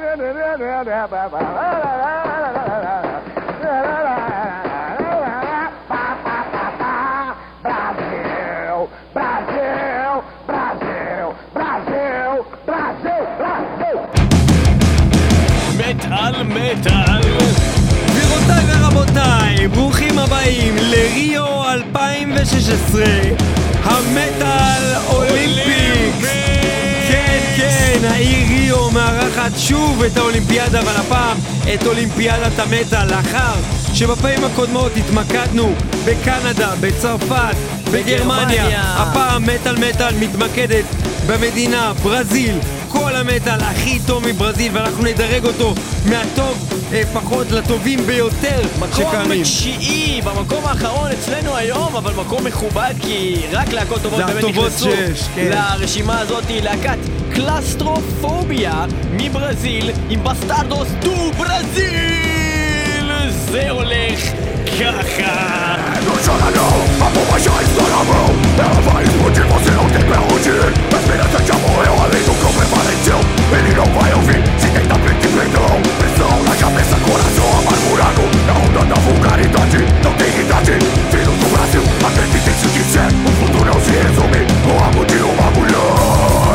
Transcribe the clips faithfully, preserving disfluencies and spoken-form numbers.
מטל מטל. גבירותיי ורבותיי, ברוכים הבאים לריו אלפיים ושש עשרה, המטל אולימפיקס. כן, כן, העיר ריו מארחת שוב את האולימפיאדה, אבל הפעם את אולימפיאדת המטל, לאחר שבפעמים הקודמות התמקדנו בקנדה, בצרפת, בגרמניה. הפעם מטל מטל מתמקדת במדינה ברזיל, כל המטל הכי טוב מברזיל, ואנחנו נדרג אותו מהטוב אה, פחות לטובים ביותר שקיימים. מקום תשיעי, במקום האחרון אצלנו היום, אבל מקום מכובד, כי רק להקות טובות באמת נכנסו שיש, כן. לרשימה הזאת. להקת קלסטרופוביה מברזיל עם בסטרדוס דו ברזיל. זה הולך ככה. No chorarão, a bomba já estourou. Ela vai explodir, você não tem pra onde ir. A esperança já morreu, além do que prevaleceu. Ele não vai ouvir, se tenta pedir perdão. Pressão na cabeça, coração amargurado. Na onda da vulgaridade, não tem idade. Filho do Brasil, acreditem se quiser. O futuro não se resume no rabo de uma mulher.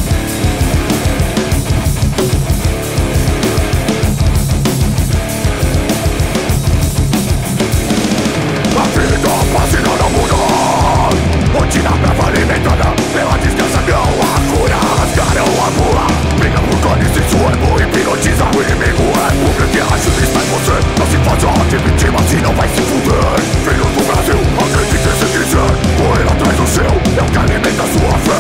A vida fascina não muda. Rotina brava alimentada pela desgraça, não há cura. Rasgaram a mula, briga por carnes e suebo. Hipnotiza o inimigo, é público que ajuda está em você. Não se faz de vítima, se não vai se fuder. Filho do Brasil, acredite se quiser. Correr atrás do seu, é o que alimenta a sua fé.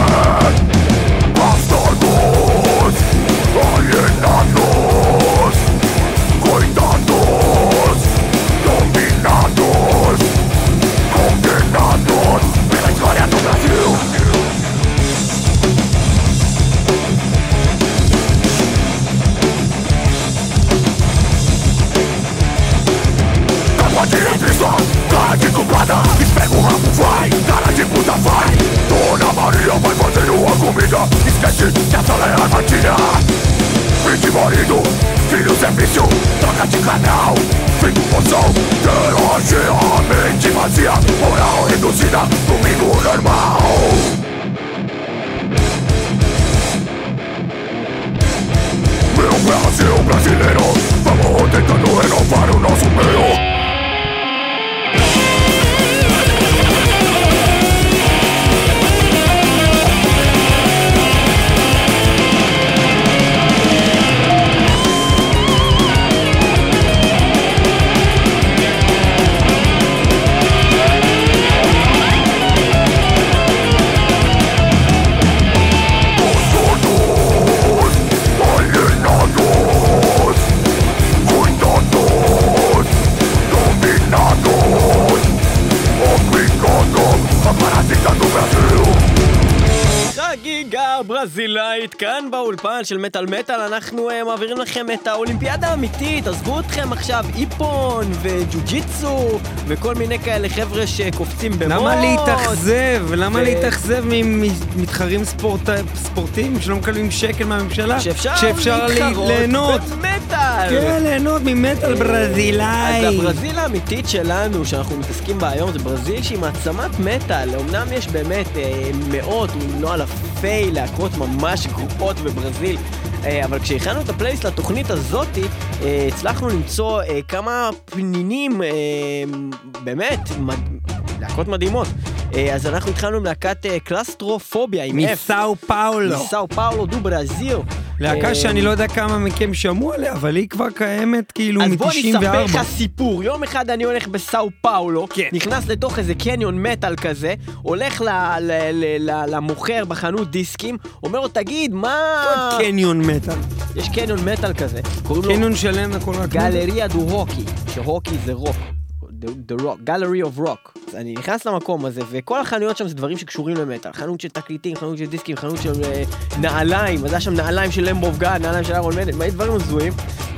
Bastardos, alienados, coitados, dominados, condenados pela história do Brasil. Tábua de entrevista, cara de culpada, esfrega o rabo, vai, cara de puta, vai. Dona Maria vai fazendo a comida, esquece que essa é a armadilha. Filho de marido, filho é vício, troca de canal, fim do poção, derroche a mente vazia, moral reduzida, domingo normal. Meu Brasil brasileiro, vamos tentando renovar o nosso meio. ברזילאית, כאן באולפן של מטל מטל. אנחנו uh, מעבירים לכם את האולימפיאדה האמיתית. עזבו אתכם עכשיו איפון וג'ו-ג'יצו וכל מיני כאלה חבר'ה שקופצים במוט. למה להתאכזב? למה ו... להתאכזב ממתחרים ספורט... ספורטים שלא מקבלים שקל מהממשלה? שאפשר, שאפשר להתחרות ליהנות במטל. כן, ליהנות ממטל ברזילאי. אז הברזיל האמיתית שלנו שאנחנו מתעסקים בה היום זה ברזיל שהיא מעצמת מטל. אמנם יש באמת אה, מאות, אם לא אלפי להקות ממש גרועות בברזיל, אבל כשהכנו את הפלייסט לתוכנית הזאת, הצלחנו למצוא כמה פנינים באמת להקות מדהימות. אז אנחנו התחלנו עם להקת קלסטרופוביה עם F מסאו פאולו מסאו פאולו דו ברזיל, להקה שאני לא יודע כמה מכם שמעו עליה, אבל היא כבר קיימת כאילו מ-תשעים וארבע. אז בוא נספר לך סיפור. יום אחד אני הולך בסאו פאולו, כן. נכנס לתוך איזה קניון מטל כזה, הולך ל- ל- ל- ל- למוכר בחנות דיסקים, אומר לו תגיד מה... קניון מטל. יש קניון מטל כזה, קוראים לו... קניון שלם לכל רק... גלריה דו הוקי, שהוקי זה רוק. The Rock, Gallery of Rock. אז אני נכנס למקום הזה, וכל החנויות שם זה דברים שקשורים למטל. חנות של תקליטים, חנות של דיסקים, חנות של uh, נעליים. אז היה שם נעליים של למבו גן, נעליים של איירון מיידן, מה דברים מזוהים.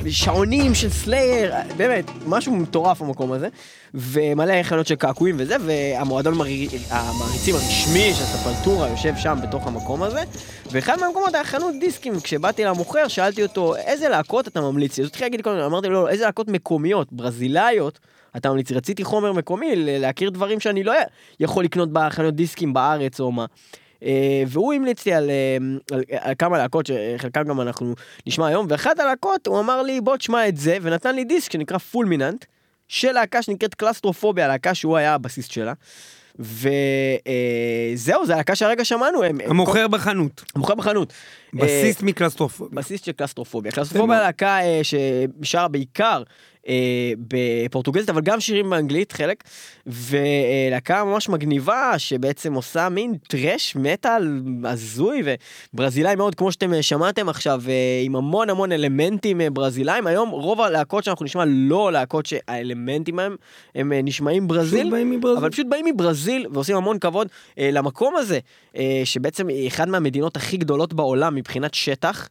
שעונים של סלייר, באמת, משהו מטורף המקום הזה, ומלא חנות של קעקועים וזה, והמועדון המעריצים הרשמי של ספלטורה יושב שם בתוך המקום הזה, ואחד מהמקומות היה חנות דיסקים. כשבאתי למוכר, שאלתי אותו, איזה להקות אתה ממליץ? אז התחיל להגיד כל מיני, אמרתי לו, איזה להקות מקומיות, ברזילאיות, אתה ממליץ? רציתי חומר מקומי, להכיר דברים שאני לא יכול לקנות בחנות דיסקים בארץ או מה. והוא המליץ לי על, על, על כמה להקות שחלקם גם אנחנו נשמע היום, ואחת הלהקות הוא אמר לי בוא תשמע את זה, ונתן לי דיסק שנקרא פולמיננט, של להקה שנקראת קלסטרופוביה, להקה שהוא היה הבסיסט שלה, וזהו, זה להקה שהרגע שמענו. המוכר בחנות. המוכר בחנות. בסיסט מקלסטרופוביה. בסיסט של קלסטרופוביה. קלסטרופוביה להקה ששרה בעיקר בפורטוגזית, אבל גם שירים באנגלית, חלק, ולהקה ממש מגניבה, שבעצם עושה מין טרש, מטל, הזוי, וברזילאי מאוד, כמו שאתם שמעתם עכשיו, עם המון המון אלמנטים ברזילאים. היום רוב הלהקות שאנחנו נשמע, לא להקות שהאלמנטים הם, הם נשמעים ברזיל, אבל פשוט באים מברזיל, ועושים המון כבוד למקום הזה, שבעצם היא אחד מהמדינות הכי גדולות בעולם, מבחינת שטח,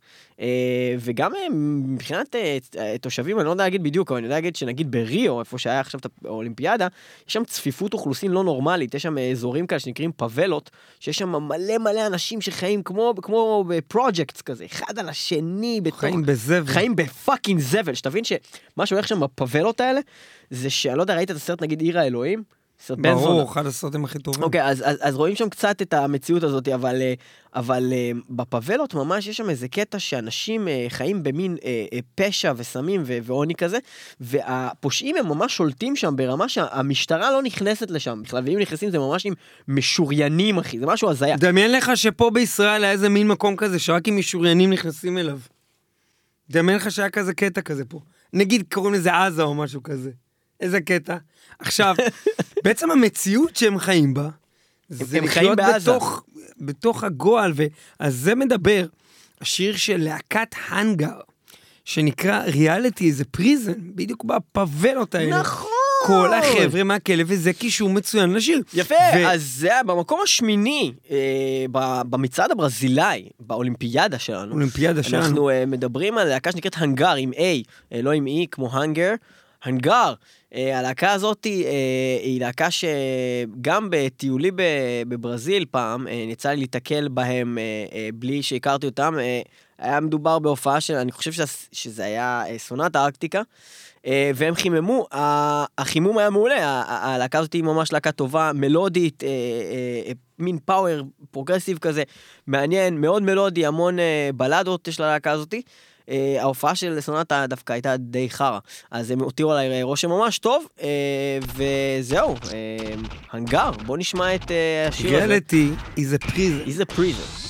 וגם מבחינת תושבים, אני לא יודע להגיד בדיוק, אבל אני יודע להגיד שנגיד בריו, איפה שהיה עכשיו את האולימפיאדה, יש שם צפיפות אוכלוסין לא נורמלית, יש שם אזורים כאלה שנקראים פאבלות, שיש שם מלא מלא אנשים שחיים כמו, כמו בפרויקטס כזה, אחד על השני, בתוך, חיים בזבל. חיים בפאקינג זבל, שתבין שמה שהולך שם בפאבלות האלה, זה שאני לא יודע, ראית את הסרט נגיד עיר האלוהים? ברור, אחד הסרטים הכי טובים. אוקיי, אז, אז, אז רואים שם קצת את המציאות הזאת, אבל, אבל בפאבלות ממש יש שם איזה קטע שאנשים חיים במין פשע וסמים ועוני כזה, והפושעים הם ממש שולטים שם ברמה שהמשטרה לא נכנסת לשם בכלל, ואם נכנסים זה ממש עם משוריינים, אחי, זה משהו הזיה. דמיין לך שפה בישראל היה איזה מין מקום כזה, שרק עם משוריינים נכנסים אליו. דמיין לך שהיה כזה קטע כזה פה. נגיד קוראים לזה עזה או משהו כזה. איזה קטע. עכשיו, בעצם המציאות שהם חיים בה, זה לחיות בתוך, בתוך הגועל, ועל זה מדבר השיר של להקת הנגר, שנקרא ריאליטי איזה פריזן, בדיוק בפאבלות האלה. נכון. כל החבר'ה מהכלב, וזה קישור מצוין לשיר. יפה, ו... אז זה במקום השמיני, אה, במצעד הברזילאי, באולימפיאדה שלנו. אולימפיאדה שלנו. אנחנו אה, מדברים על להקה שנקראת הנגר, עם A, אה, לא עם E, כמו הנגר. הנגר, אה, הלהקה הזאת אה, היא להקה שגם בטיולי בברזיל פעם, אה, יצא לי להתקל בהם אה, אה, בלי שהכרתי אותם, אה, היה מדובר בהופעה של, אני חושב שזה, שזה היה אה, סונת הארקטיקה, אה, והם חיממו, החימום היה מעולה, הלהקה הזאת היא ממש להקה טובה, מלודית, אה, אה, מין פאוור פרוגרסיב כזה, מעניין, מאוד מלודי, המון אה, בלדות יש ללהקה הזאת, Uh, ההופעה של סונטה דווקא הייתה די חרה, אז הם הותירו עליי רושם ממש טוב, uh, וזהו, uh, הנגר, בוא נשמע את uh, השיר הזה. Reality is a prison. is a prison.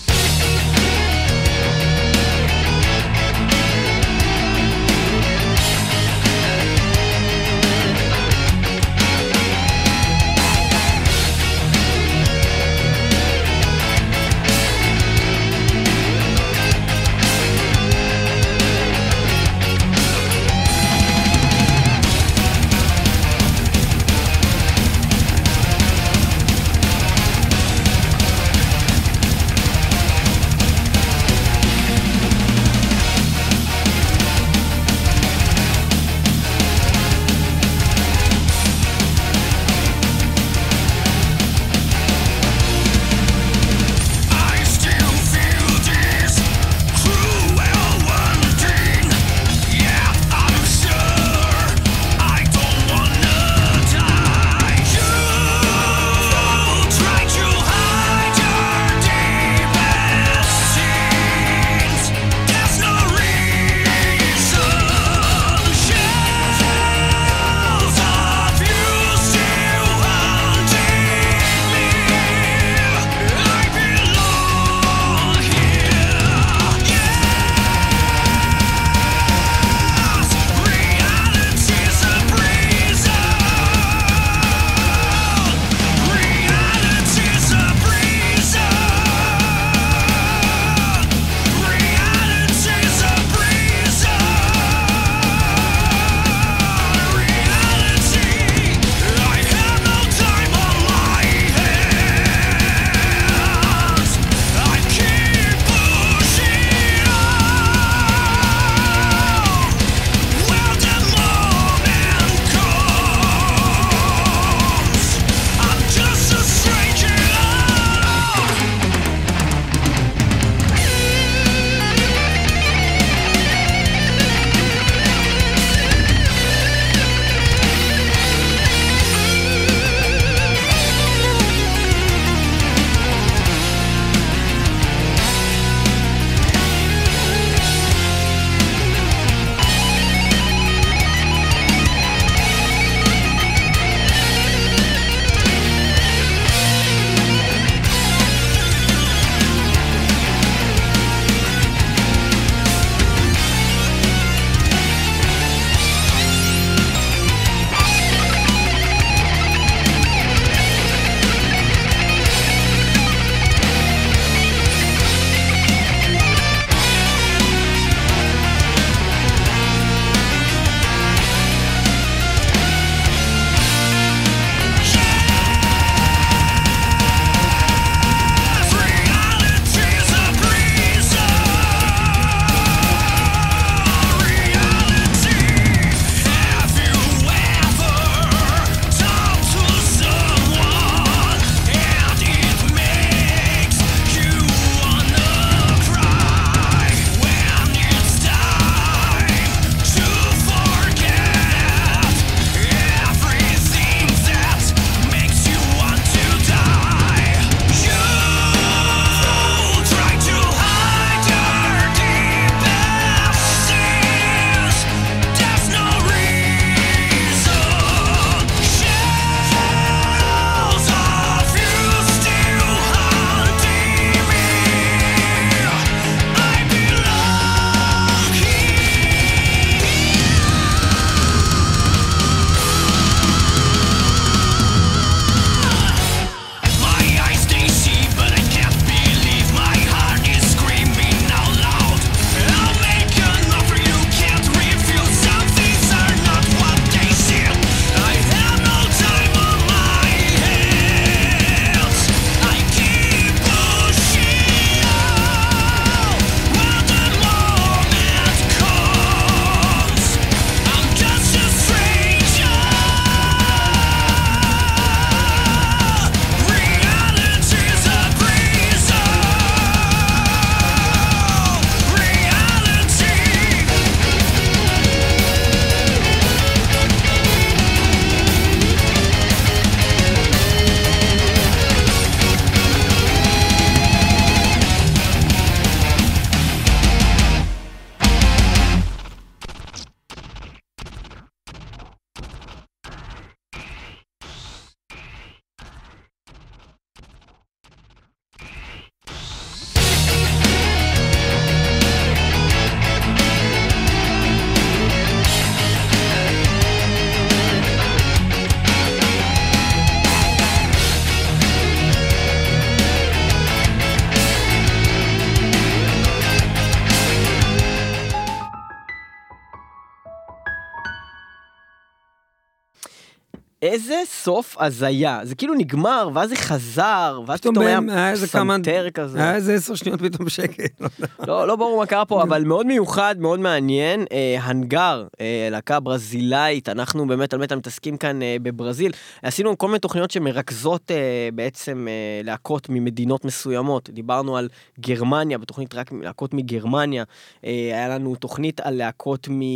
איזה סוף הזיה, זה כאילו נגמר, ואז זה חזר, ואז פתאום היה סנטר כזה. היה איזה עשר שניות פתאום בשקט. לא, לא ברור מה קרה פה, אבל מאוד מיוחד, מאוד מעניין, הנגר, להקה ברזילאית, אנחנו באמת על מטה מתעסקים כאן בברזיל, עשינו כל מיני תוכניות שמרכזות בעצם להקות ממדינות מסוימות, דיברנו על גרמניה, בתוכנית רק להקות מגרמניה, היה לנו תוכנית על להקות מ...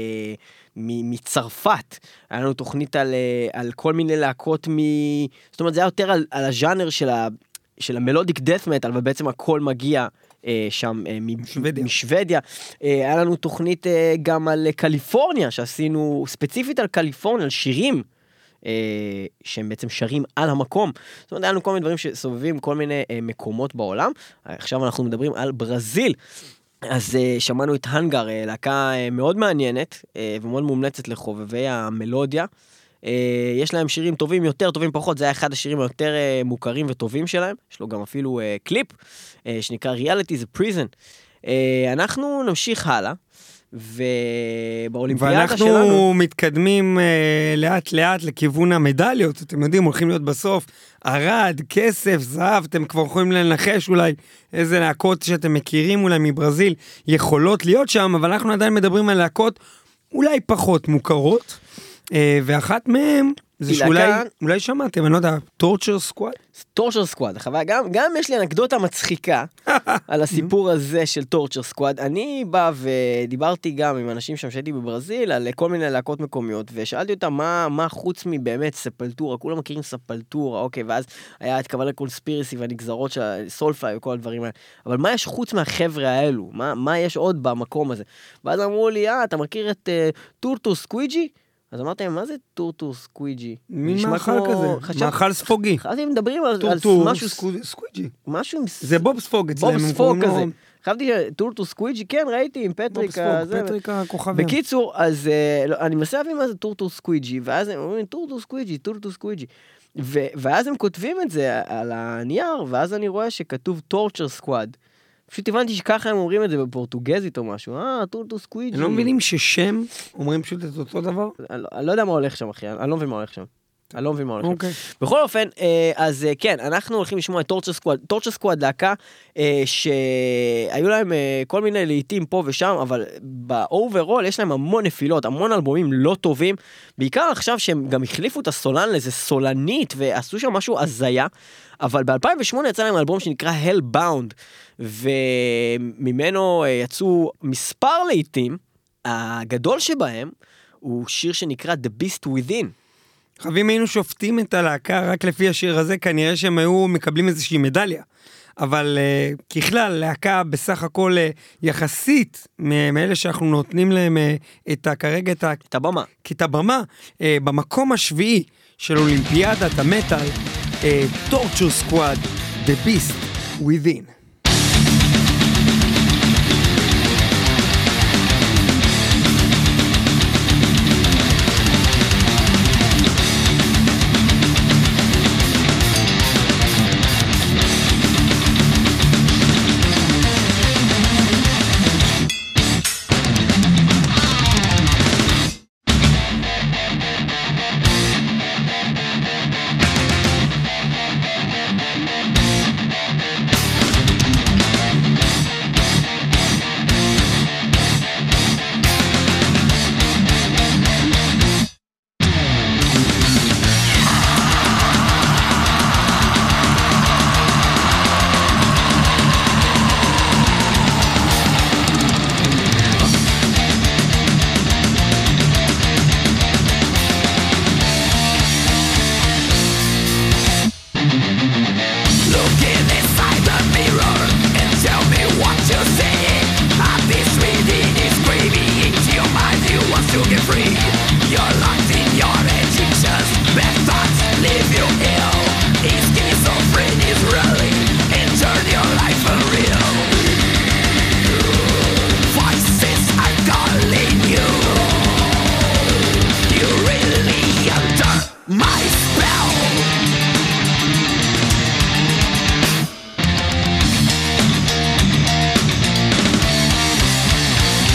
מצרפת, היה לנו תוכנית על, על כל מיני להקות מ... זאת אומרת, זה היה יותר על, על הז'אנר של, ה, של המלודיק דאט מטל, אבל בעצם הכל מגיע אה, שם אה, משוודיה. משוודיה. אה, היה לנו תוכנית אה, גם על קליפורניה, שעשינו ספציפית על קליפורניה, על שירים, אה, שהם בעצם שרים על המקום. זאת אומרת, היה לנו כל מיני דברים שסובבים כל מיני אה, מקומות בעולם. עכשיו אנחנו מדברים על ברזיל. אז uh, שמענו את הנגר, uh, להקה uh, מאוד מעניינת uh, ומאוד מומלצת לחובבי המלודיה. Uh, יש להם שירים טובים יותר, טובים פחות, זה היה אחד השירים היותר uh, מוכרים וטובים שלהם. יש לו גם אפילו uh, קליפ uh, שנקרא Reality is a Prison. Uh, אנחנו נמשיך הלאה, ובאולימפיאדה שלנו... ואנחנו מתקדמים uh, לאט לאט לכיוון המדליות, אתם יודעים, הולכים להיות בסוף ערד, כסף, זהב, אתם כבר יכולים לנחש אולי איזה להקות שאתם מכירים אולי מברזיל יכולות להיות שם, אבל אנחנו עדיין מדברים על להקות אולי פחות מוכרות, uh, ואחת מהם זה שאולי אולי שמעתם, אני לא יודע, טורצ'ר סקואד? טורצ'ר סקואד, גם, גם יש לי אנקדוטה מצחיקה על הסיפור הזה של טורצ'ר סקואד. אני בא ודיברתי גם עם אנשים שם שהייתי בברזיל על כל מיני להקות מקומיות, ושאלתי אותם מה, מה חוץ מבאמת ספלטורה, כולם מכירים ספלטורה, אוקיי, ואז היה את קבלה קונספירסי והנגזרות של סולפליי וכל הדברים האלה, אבל מה יש חוץ מהחבר'ה האלו? מה, מה יש עוד במקום הזה? ואז אמרו לי, אה, אתה מכיר את uh, טורטו סקוויג'י? אז אמרתם, מה זה טורטו סקוויג'י? מין מאכל כזה, מאכל ספוגי. חשבתי מדברים על משהו סקוויג'י. זה בוב ספוג אצלם. בוב ספוג כזה. חשבתי טורטו סקוויג'י, כן, ראיתי עם פטריק. בוב ספוג, פטריק הכוכבים. בקיצור, אז אני מנסה להבין מה זה טורטו סקוויג'י, ואז הם אומרים, טורטו סקוויג'י, טורטו סקוויג'י. ואז הם כותבים את זה על הנייר, ואז אני רואה שכתוב טורצ'ר סקואד. פשוט הבנתי שככה הם אומרים את זה בפורטוגזית או משהו, אה, טורטו סקוויג'י. הם לא מבינים ששם אומרים פשוט את אותו דבר? אני לא יודע מה הולך שם, אחי, אני לא מבין מה הולך שם. אני לא מבין מה הולך שם. בכל אופן, אז כן, אנחנו הולכים לשמוע את טורצ'ר סקואד. טורצ'ר סקואד להקה שהיו להם כל מיני לעיתים פה ושם, אבל באוברול יש להם המון נפילות, המון אלבומים לא טובים, בעיקר עכשיו שהם גם החליפו את הסולן לאיזה סולנית, ועשו שם משהו הזיה, אבל ב-אלפיים ושמונה יצא להם אלבום שנקרא Hellbound, וממנו יצאו מספר לעיתים, הגדול שבהם הוא שיר שנקרא The Beast Within. חברים, היינו שופטים את הלהקה רק לפי השיר הזה, כנראה שהם היו מקבלים איזושהי מדליה. אבל uh, ככלל, להקה בסך הכל uh, יחסית מאלה שאנחנו נותנים להם uh, את כרגע את, את הבמה. את הבמה, uh, במקום השביעי של אולימפיאדת המטל, uh, Torture Squad, The Beast Within.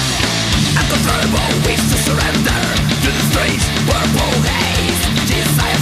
Surrender to the streets, purple haze, desire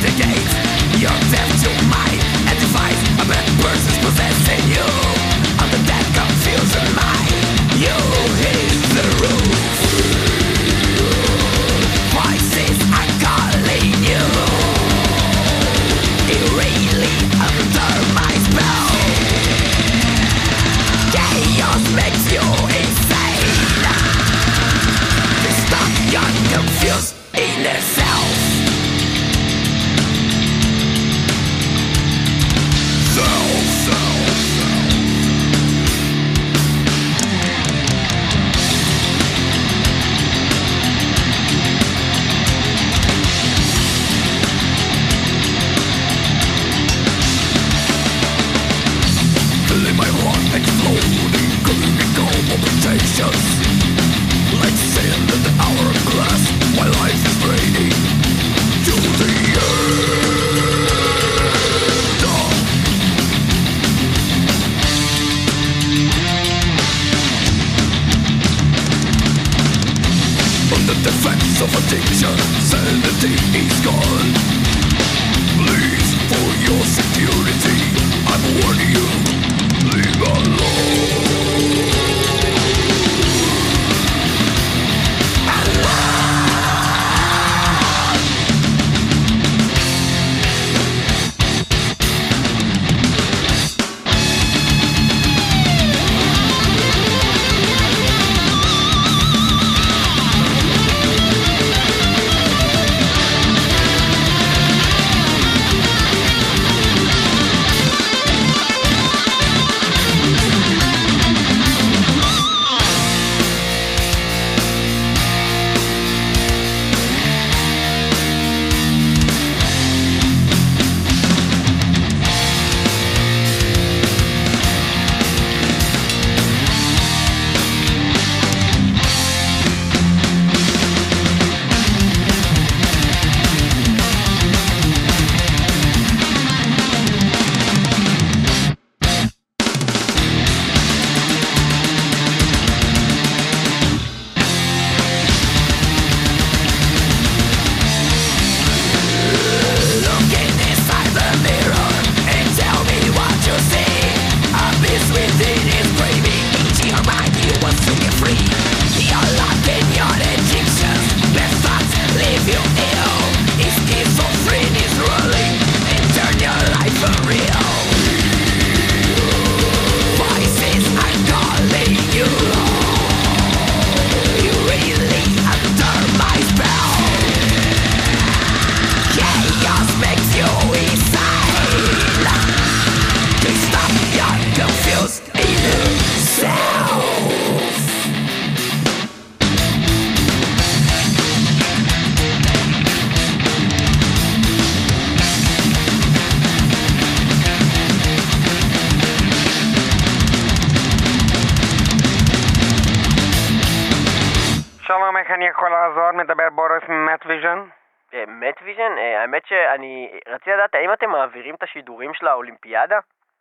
שלום, איך אני יכול לעזור? מדבר בוריס ממטוויז'ן. מטוויז'ן? האמת שאני רציתי לדעת, האם אתם מעבירים את השידורים של האולימפיאדה?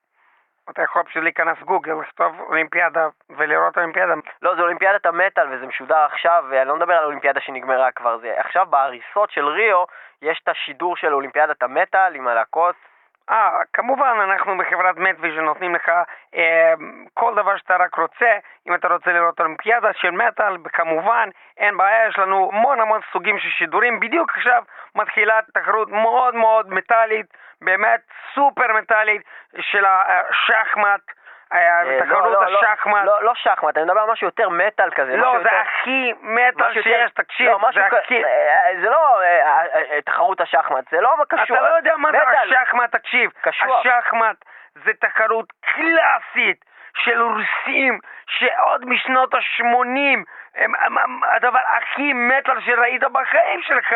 אתה יכול פשוט להיכנס גוגל, לכתוב אולימפיאדה ולראות אולימפיאדה. לא, זה אולימפיאדת המטל וזה משודר עכשיו, ואני לא מדבר על אולימפיאדה שנגמרה כבר. זה עכשיו בהריסות של ריו יש את השידור של אולימפיאדת המטל עם הלהקות. אה, כמובן, אנחנו בחברת מטוויז'ן נותנים לך אה, כל דבר שאתה רק רוצה. אם אתה רוצה לראות אולימפיאדה של מטל, כמובן, אין בעיה, יש לנו המון המון סוגים של שידורים. בדיוק עכשיו מתחילה תחרות מאוד מאוד מטלית, באמת סופר מטלית של השחמט, תחרות השחמט. לא, לא שחמט, אני מדבר על משהו יותר מטל כזה. לא, זה הכי מטל שיש, תקשיב. זה לא תחרות השחמט, זה לא קשור. אתה לא יודע מה זה השחמט, תקשיב. השחמט זה תחרות קלאסית של רוסים שעוד משנות ה-שמונים, הדבר הכי מטל שראית בחיים שלך.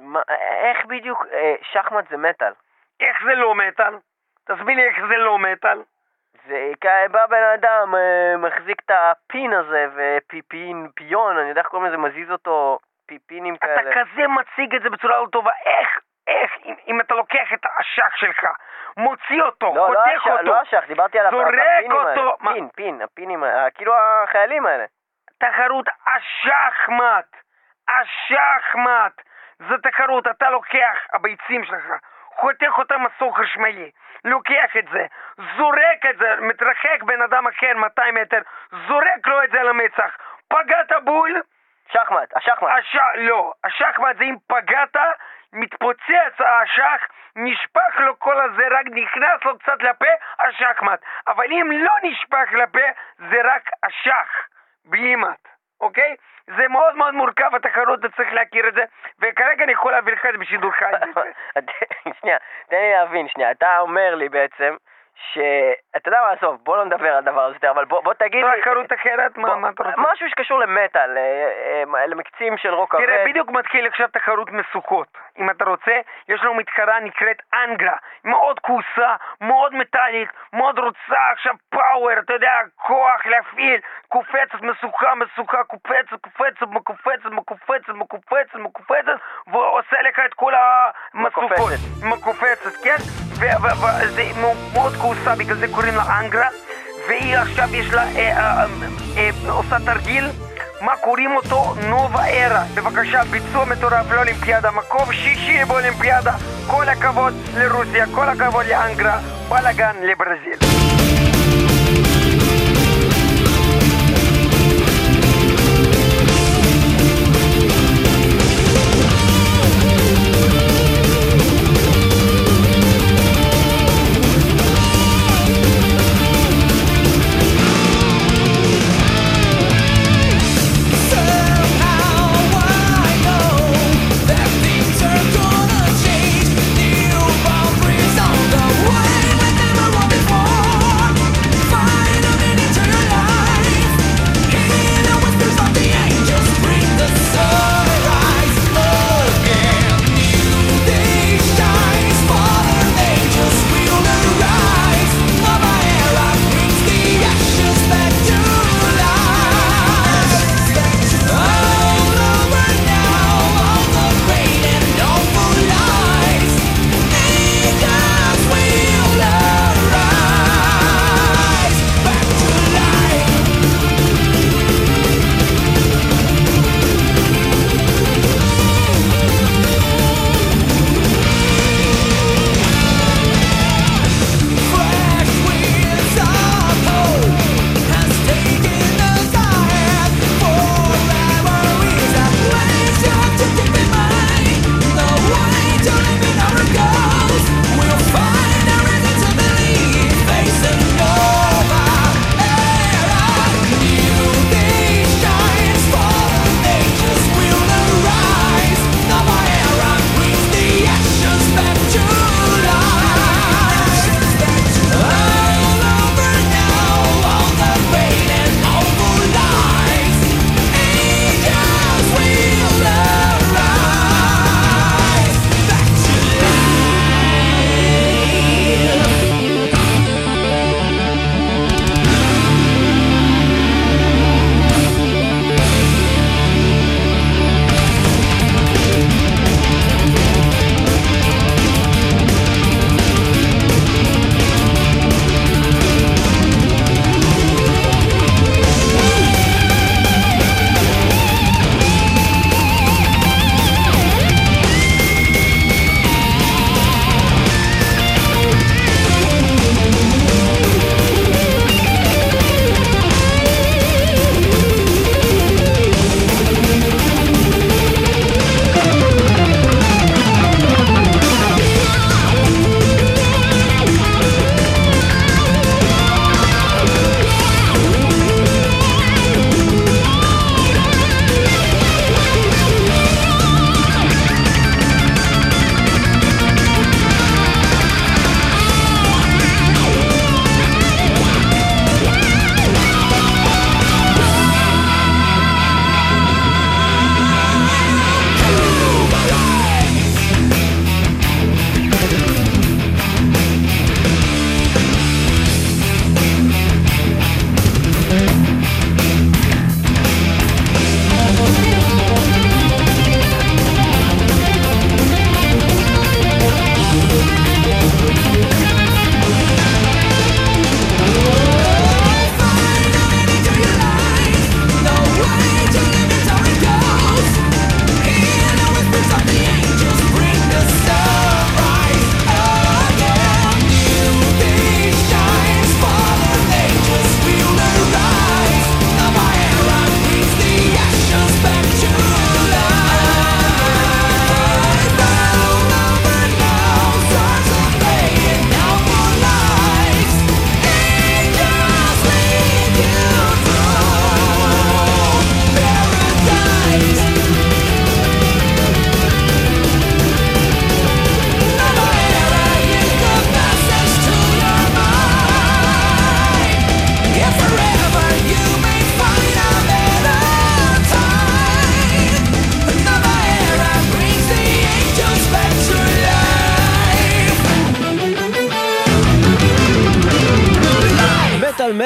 איך בדיוק שחמט זה מטל? איך זה לא מטל? תסביר לי איך זה לא מטל. זה בא בן אדם, מחזיק את הפין הזה, ופיפין, פיון, אני יודע איך קוראים לזה, מזיז אותו, פיפינים כאלה. אתה כזה מציג את זה בצורה לא טובה, איך, איך, אם, אם אתה לוקח את האשך שלך, מוציא אותו, לא, חותך לא אותו, לא אשך, דיברתי על הפינים האלה, מה? פין, פין, הפינים, כאילו החיילים האלה. תחרות השחמט, השחמט, זו תחרות, אתה לוקח הביצים שלך, חותך אותם מסור חשמלי, לוקח את זה, זורק את זה, מתרחק בן אדם אחר מאתיים מטר, זורק לו את זה למצח, פגעת בול, שחמט, השחמט. הש... לא, השחמט זה אם פגעת, מתפוצץ השח, נשפך לו כל הזה, רק נכנס לו קצת לפה, השחמט. אבל אם לא נשפך לפה, זה רק השח, בלי מת, אוקיי? זה מאוד מאוד מורכב, התחרות, אתה צריך להכיר את זה, וכרגע אני יכול להביא לך את זה בשידור חי. שנייה, תן לי להבין, שנייה, אתה אומר לי בעצם, שאתה יודע מה, עזוב, בוא לא נדבר על דבר הזה, אבל בוא, בוא תגיד לי... תחרות אחרת, מה, מה אתה רוצה? משהו שקשור למטל, למקצים של רוק כבד. תראה, בדיוק מתחיל עכשיו תחרות מסוכות. אם אתה רוצה, יש לנו מתחרה נקראת אנגרה, מאוד כעוסה, מאוד מטלית, מאוד רוצה עכשיו פאוור, אתה יודע, כוח להפעיל, קופצת, מסוכה, מסוכה, קופצת, קופצת, מקופצת, מקופצת, מקופצת, מקופצת, ועושה לך את כל המסוכות. מקופצת, כן? וזה מאוד כעוסה, בגלל זה קוראים לה אנגרה, והיא עכשיו יש לה, אה, אה, אה, אה, עושה תרגיל, מה קוראים אותו? נובה ארה. בבקשה, ביצוע מטורף לאולימפיאדה, מקום שישי באולימפיאדה, כל הכבוד לרוסיה, כל הכבוד לאנגרה, בלגן לברזיל. Before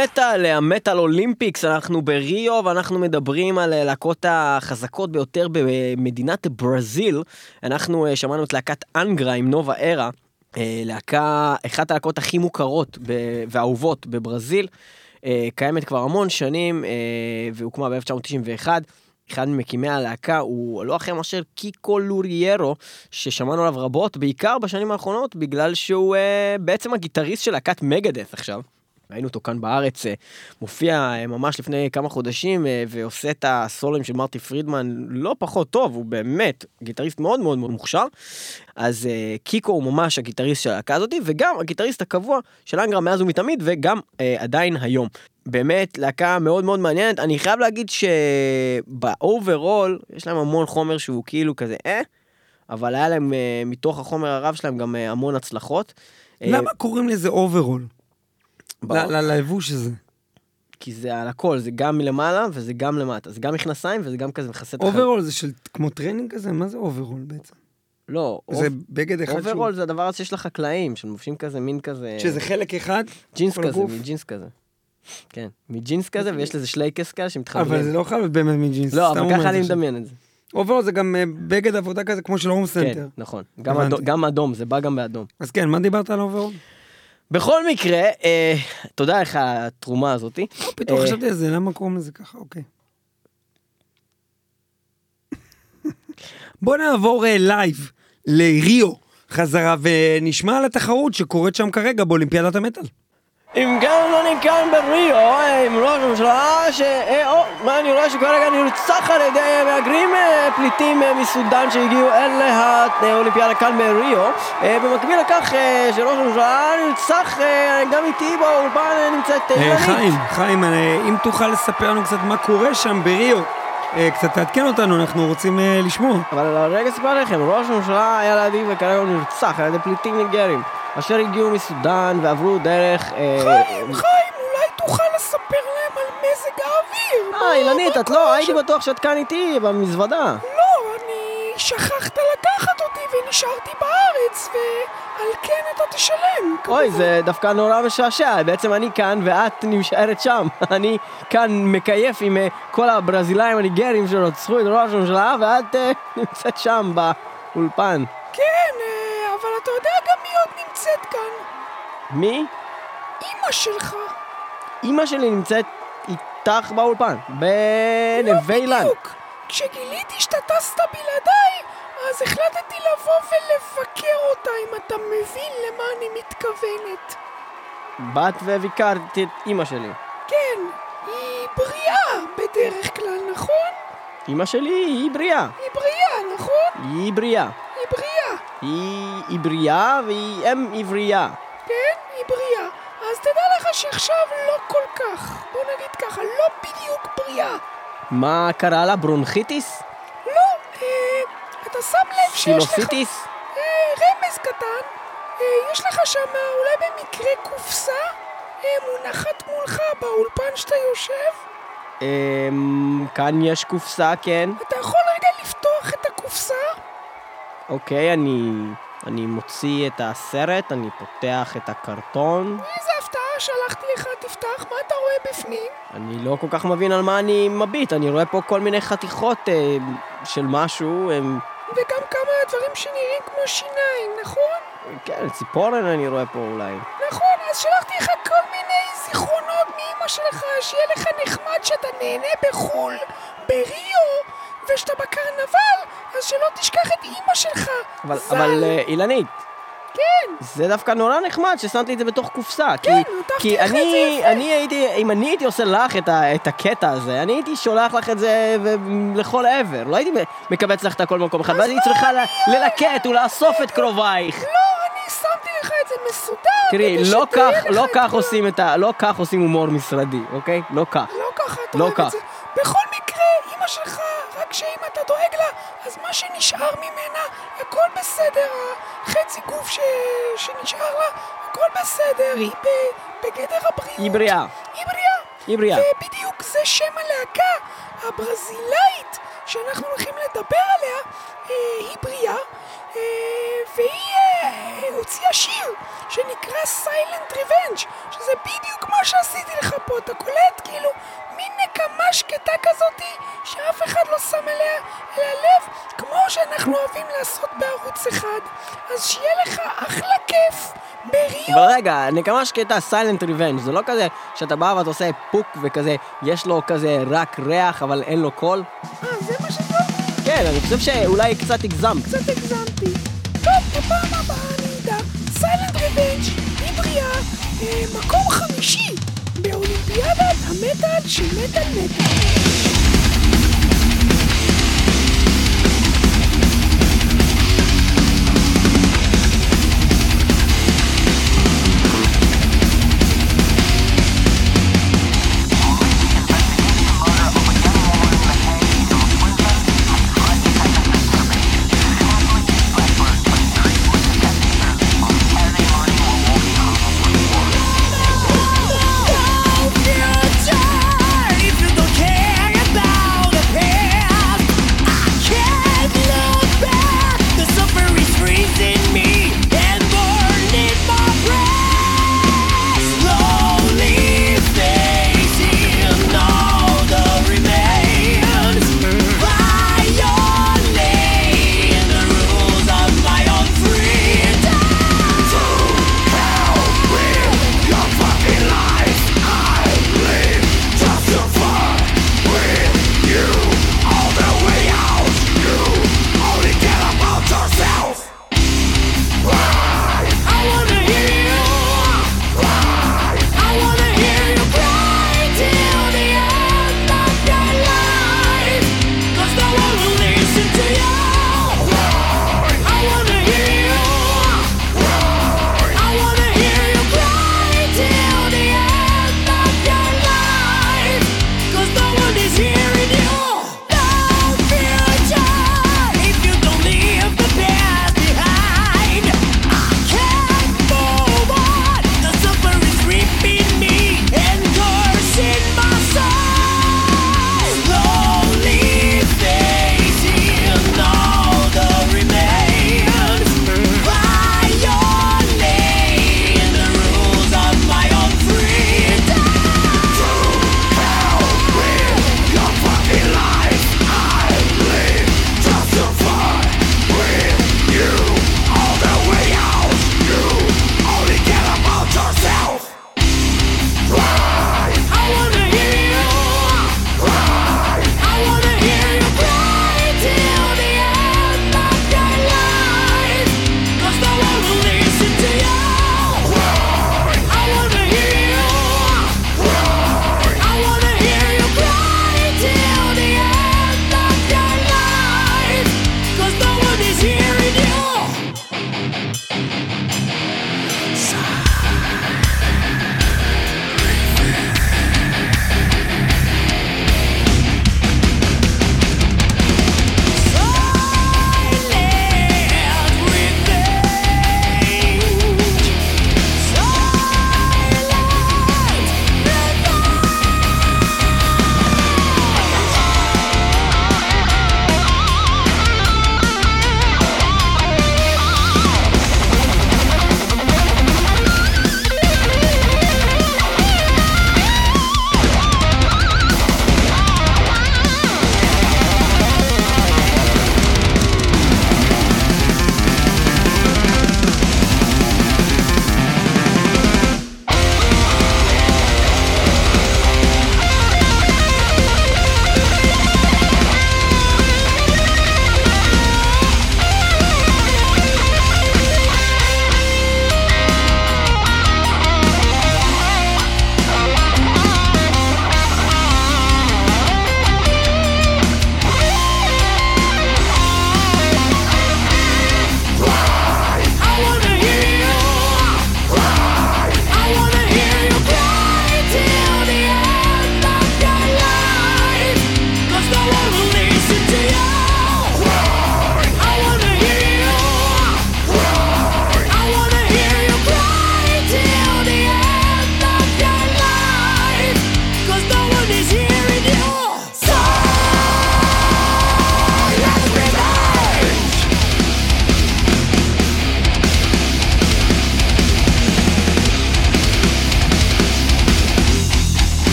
המטל, המטל אולימפיקס, אנחנו בריו ואנחנו מדברים על להקות החזקות ביותר במדינת ברזיל. אנחנו שמענו את להקת אנגרה עם נובה ארה, להקה, אחת הלהקות הכי מוכרות ואהובות בברזיל, קיימת כבר המון שנים והוקמה ב-אלף תשע מאות תשעים ואחת. אחד ממקימי הלהקה הוא לא אחר מאשר קיקו לוריירו, ששמענו עליו רבות, בעיקר בשנים האחרונות, בגלל שהוא אה, בעצם הגיטריסט של להקת מגדף עכשיו. ראינו אותו כאן בארץ, אה, מופיע אה, ממש לפני כמה חודשים, אה, ועושה את הסולים של מרטי פרידמן לא פחות טוב, הוא באמת גיטריסט מאוד מאוד מאוד מוכשר. אז אה, קיקו הוא ממש הגיטריסט של הלהקה הזאת, וגם הגיטריסט הקבוע של אנגרה מאז ומתמיד, וגם אה, עדיין היום. באמת, להקה מאוד מאוד מעניינת. אני חייב להגיד שבאוברול יש להם המון חומר שהוא כאילו כזה, אה? אבל היה להם, מתוך החומר הרב שלהם, גם המון הצלחות. למה קוראים לזה אוברול? ללבוש הזה. כי זה על הכל, זה גם מלמעלה וזה גם למטה. זה גם מכנסיים וזה גם כזה מכסה את החיים. אוברול זה של כמו טרנינג כזה? מה זה אוברול בעצם? לא. זה בגד אחד שהוא... אוברול זה הדבר הזה שיש לחקלאים, שמלובשים כזה, מין כזה... שזה חלק אחד? ג'ינס כזה, מג'ינס כזה. כן, מג'ינס כזה, ויש לזה שלייקס כאלה שמתחברים. אבל זה לא חייב באמת מג'ינס. לא, אבל ככה אני מדמיין את זה. אוברול זה גם בגד עבודה כזה כמו של הום סנטר. כן, נכון. גם אדום, זה בא גם באדום. אז כן, מה דיברת על אוברול? בכל מקרה, תודה לך על התרומה הזאת. פתאום חשבתי על זה, למה קוראים לזה ככה? אוקיי. בוא נעבור לייב לריו חזרה, ונשמע על התחרות שקורית שם כרגע באולימפיאדת המטל. אם גם לא נקיים בריו, עם ראש הממשלה, ש... או, מה אני רואה שכרגע נרצח על ידי מהגרים פליטים מסודן שהגיעו אל האולימפיאדה כאן בריו. במקביל לכך שראש הממשלה נרצח, גם איתי באולפן נמצאת אילנית. חיים, חיים, אם תוכל לספר לנו קצת מה קורה שם בריו, קצת תעדכן אותנו, אנחנו רוצים לשמוע. אבל רגע ספר לכם, ראש הממשלה היה לידי וכרגע הוא נרצח על ידי פליטים ניגרים. אשר הגיעו מסודן ועברו דרך... חיים, חיים, אולי תוכל לספר להם על מזג האוויר. אה, אילנית, את לא, הייתי בטוח שאת כאן איתי במזוודה. לא, אני שכחת לקחת אותי ונשארתי בארץ, ועל כן אתה תשלם. אוי, זה דווקא נורא משעשע, בעצם אני כאן ואת נשארת שם. אני כאן מקייף עם כל הברזילאים הניגרים שרצחו את ראש הממשלה, ואת נמצאת שם באולפן. כן, אבל אתה יודע גם מי עוד נמצאת כאן. מי? אמא שלך. אמא שלי נמצאת איתך באולפן, בנווה אילן. לא בדיוק. כשגיליתי שאתה טסת בלעדיי, אז החלטתי לבוא ולבקר אותה, אם אתה מבין למה אני מתכוונת. באת וביקרת את אמא שלי. כן, היא בריאה בדרך כלל, נכון? אמא שלי היא בריאה. היא בריאה, נכון? היא בריאה. היא בריאה. היא, היא בריאה והיא אם עברייה. כן, היא בריאה. אז תדע לך שעכשיו לא כל כך. בוא נגיד ככה, לא בדיוק בריאה. מה קרה לה? ברונכיטיס? לא, אה, אתה שם לב שיש לך... שילוסיטיס? אה, רמז קטן. אה, יש לך שם אולי במקרה קופסה אה, מונחת מולך באולפן שאתה יושב? אה, כאן יש קופסה, כן. אתה יכול רגע לפתוח את הקופסה? אוקיי, אני, אני מוציא את הסרט, אני פותח את הקרטון. איזה הפתעה, שלחתי לך, תפתח, מה אתה רואה בפנים? אני לא כל כך מבין על מה אני מביט, אני רואה פה כל מיני חתיכות אה, של משהו. אה, וגם כמה דברים שנראים כמו שיניים, נכון? כן, ציפורן אני רואה פה אולי. נכון, אז שלחתי לך כל מיני זיכרונות מאמא שלך, שיהיה לך נחמד שאתה נהנה בחול, בריו, ושאתה בקרנבל, אז שלא תשכח את אמא שלך. אבל, אבל אילנית. כן. זה דווקא נורא נחמד ששמתי את זה בתוך קופסה. כן, כי, נותפתי כי לך אני, את זה יפה. אני הייתי, אם אני הייתי עושה לך את, ה, את הקטע הזה, אני הייתי שולח לך את זה לכל עבר. לא הייתי מקבץ לך את הכל במקום אחד, והייתי צריכה ללקט ולאסוף את קרובייך. לא, אני שמתי לך את זה מסודר. תראי, לא כך, לא כך עושים את ה, לא כך עושים הומור משרדי, אוקיי? לא כך. לא ככה, אתה לא אוהב כך. את זה. בכל מקרה, אמא שלך, רק שאם אתה דואג לה, אז מה שנשאר ממנה, הכל בסדר. החצי גוף ש... שנשאר לה, הכל בסדר. היא ב... בגדר הבריאות. היא בריאה. היא בריאה. היא בריאה. ובדיוק זה שם הלהקה הברזילאית שאנחנו הולכים לדבר עליה, אה, היא בריאה, אה, והיא אה, הוציאה שיר שנקרא Silent Revenge, שזה בדיוק מה שעשיתי לך פה, אתה קולט? כאילו, מין נקמה שקטה כזאת שאף אחד לא שם אליה אל הלב, כמו שאנחנו אוהבים לעשות בערוץ אחד. אז שיהיה לך אחלה כיף בריו. אבל רגע, נקמה שקטה, Silent Revenge, זה לא כזה שאתה בא ואתה עושה פוק וכזה, יש לו כזה רק ריח אבל אין לו קול? אה, זה מה שזה? כן, אני חושב שאולי קצת הגזמת. קצת הגזמתי. טוב, בפעם הבאה אני יודע. Silent Revenge היא בריאה, אה, מקום חמישי באולימפיאדת המטל של מטל מטל. If you don't care about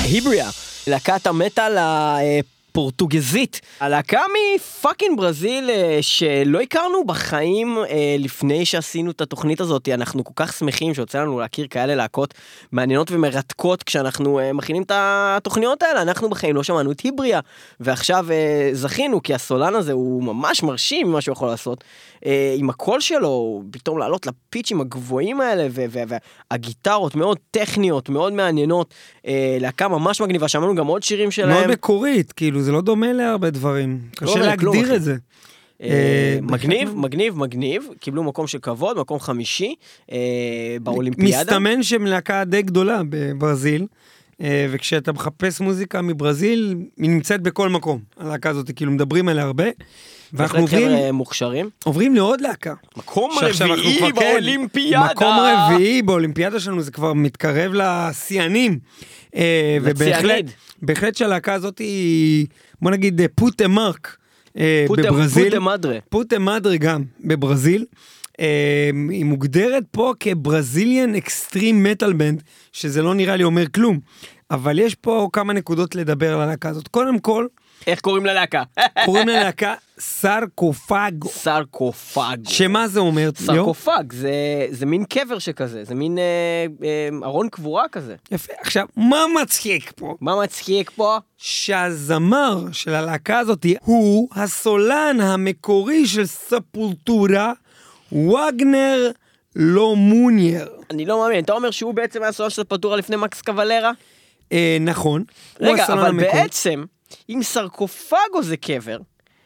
היבריה, להקת המטל הפורטוגזית. הלהקה מפאקינג ברזיל שלא הכרנו בחיים לפני שעשינו את התוכנית הזאת. אנחנו כל כך שמחים שיוצא לנו להכיר כאלה להקות מעניינות ומרתקות כשאנחנו מכינים את התוכניות האלה. אנחנו בחיים לא שמענו את היבריה, ועכשיו זכינו כי הסולן הזה הוא ממש מרשים ממה שהוא יכול לעשות. עם הקול שלו, פתאום לעלות לפיצ'ים הגבוהים האלה, והגיטרות מאוד טכניות, מאוד מעניינות, להקה ממש מגניבה, שמענו גם עוד שירים שלהם. מאוד מקורית, כאילו, זה לא דומה להרבה דברים. קשה להגדיר את זה. מגניב, מגניב, מגניב, קיבלו מקום של כבוד, מקום חמישי באולימפיאדה. מסתמן שהם להקה די גדולה בברזיל, וכשאתה מחפש מוזיקה מברזיל, היא נמצאת בכל מקום. הלהקה הזאת, כאילו, מדברים עליה הרבה. ואנחנו עוברים מוכשרים. עוברים לעוד להקה. מקום רביעי באולימפיאדה. מקום רביעי באולימפיאדה שלנו, זה כבר מתקרב לשיאנים. ובהחלט, בהחלט שהלהקה הזאת היא, בוא נגיד, פוטה מרק בברזיל. פוטה מדרה. פוטה מדרה גם בברזיל. היא מוגדרת פה כברזיליאן אקסטרים מטל בנד, שזה לא נראה לי אומר כלום. אבל יש פה כמה נקודות לדבר על הלהקה הזאת. קודם כל, איך קוראים ללהקה? קוראים ללהקה סרקופגו. סרקופגו. שמה זה אומר? סרקופג, זה, זה מין קבר שכזה, זה מין אה, אה, ארון קבורה כזה. יפה, עכשיו, מה מצחיק פה? מה מצחיק פה? שהזמר של הלהקה הזאת הוא הסולן המקורי של ספולטורה, וגנר לומונייר. אני לא מאמין, אתה אומר שהוא בעצם היה סולן של ספולטורה לפני מקס קבלרה? אה, נכון. רגע, אבל המקור. בעצם, אם סרקופגו זה קבר,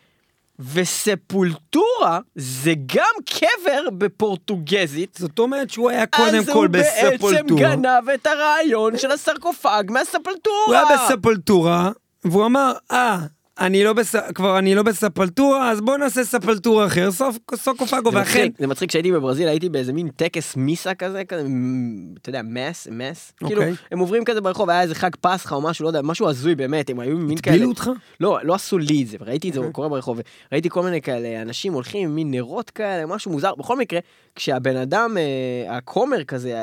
וספולטורה זה גם קבר בפורטוגזית, זאת אומרת שהוא היה קודם כל בספולטורה. אז הוא בעצם גנב את הרעיון של הסרקופג מהספולטורה. הוא היה בספולטורה, והוא אמר, אה, אני לא בס... כבר אני לא בספולטורה, אז בוא נעשה ספולטורה אחר, סרקופגו, ואכן. זה מצחיק שהייתי בברזיל, הייתי באיזה מין טקס מיסה כזה, כזה, אתה יודע, מס, מס, כאילו, הם עוברים כזה ברחוב, היה איזה חג פסחה או משהו, לא יודע, משהו הזוי באמת, הם היו מין כאלה. התבילו אותך? לא, לא עשו לי את זה, ראיתי את זה קורה ברחוב, ראיתי כל מיני כאלה, אנשים הולכים עם מין נרות כאלה, משהו מוזר, בכל מקרה, כשהבן אדם, הקומר כזה,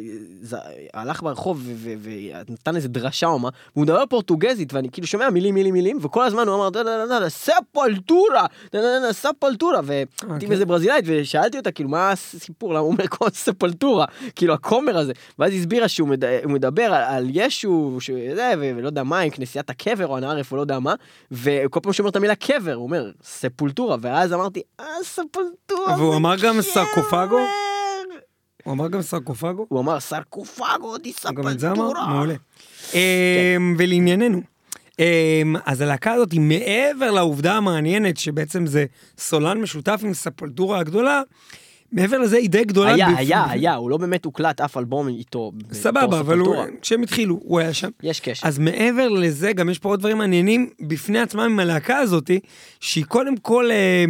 הלך ברחוב ונתן איזה דרשה או מה, והוא מדבר פורטוגזית, ואני כאילו שומע מילים, מילים, מילים, וכל הזמן הוא אמר, ספולטורה, ספולטורה, והייתי באיזה ברזילאית, ושאלתי אותה, כאילו, מה הסיפור, למה הוא אומר כל ספולטורה, כאילו, הקומר הזה, ואז הסבירה שהוא מדבר על ישו, ולא יודע מה, עם כנסיית הקבר, או הנערף, או לא יודע מה, וכל פעם שאומר את המילה קבר, הוא אומר, ספולטורה, ואז אמרתי, אה, ספולטורה, והוא אמר גם סרקופגו? הוא אמר גם סרקופגו? הוא אמר סרקופגו, די ספולטורה. גם את זה אמר? מעולה. ולענייננו, אז הלהקה הזאת היא מעבר לעובדה המעניינת שבעצם זה סולן משותף עם ספולטורה הגדולה, מעבר לזה היא די גדולה. היה, היה, היה, הוא לא באמת הוקלט אף אלבום איתו. סבבה, אבל כשהם התחילו, הוא היה שם. יש קשר. אז מעבר לזה, גם יש פה עוד דברים מעניינים בפני עצמם עם הלהקה הזאת, שהיא קודם כל,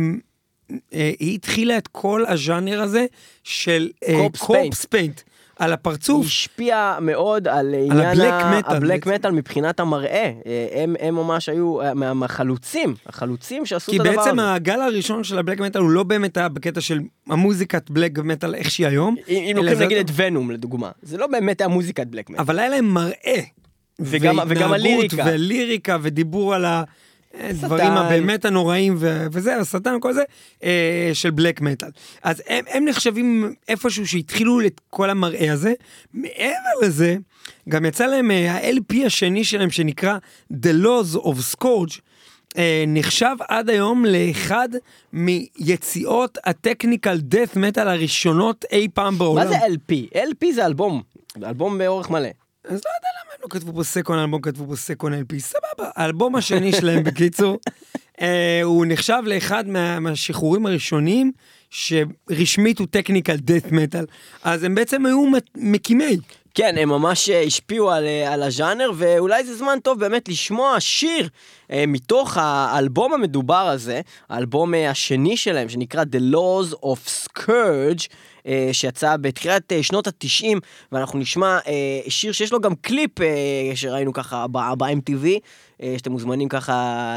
היא התחילה את כל הז'אנר הזה של קורפס פיינט. על הפרצוף. היא השפיעה מאוד על עניין הבלק מטל מבחינת המראה. הם, הם ממש היו מהחלוצים, החלוצים שעשו את הדבר הזה. כי בעצם הגל הראשון של הבלק מטל הוא לא באמת היה בקטע של המוזיקת בלק מטל איך שהיא היום. אם לוקחים נגיד את ונום לדוגמה, זה לא באמת היה מוזיקת בלק מטל. אבל היה להם מראה. וגם, וגם הליריקה. וליריקה ודיבור על ה... דברים הבאמת הנוראים וזה, השטן וכל זה, של בלק מטל. אז הם, הם נחשבים איפשהו שהתחילו את כל המראה הזה. מעבר לזה, גם יצא להם ה-אל פי השני שלהם שנקרא The Laws of Scourge, נחשב עד היום לאחד מיציאות הטכניקל דאט מטל הראשונות אי פעם בעולם. מה זה אל פי? אל פי זה אלבום, אלבום באורך מלא. אז לא יודע למה הם לא כתבו פה סקון אלבום, כתבו פה סקון אל פי, סבבה. האלבום השני שלהם בקיצור, אה, הוא נחשב לאחד מה, מהשחרורים הראשונים, שרשמית הוא טכניקל דאט מטל. אז הם בעצם היו מקימי. כן, הם ממש השפיעו על, על הז'אנר, ואולי זה זמן טוב באמת לשמוע שיר אה, מתוך האלבום המדובר הזה, האלבום השני שלהם, שנקרא The Laws of Scourge, אה, שיצא בתחילת אה, שנות התשעים, ואנחנו נשמע אה, שיר שיש לו גם קליפ אה, שראינו ככה ב-אם טי וי, אה, שאתם מוזמנים ככה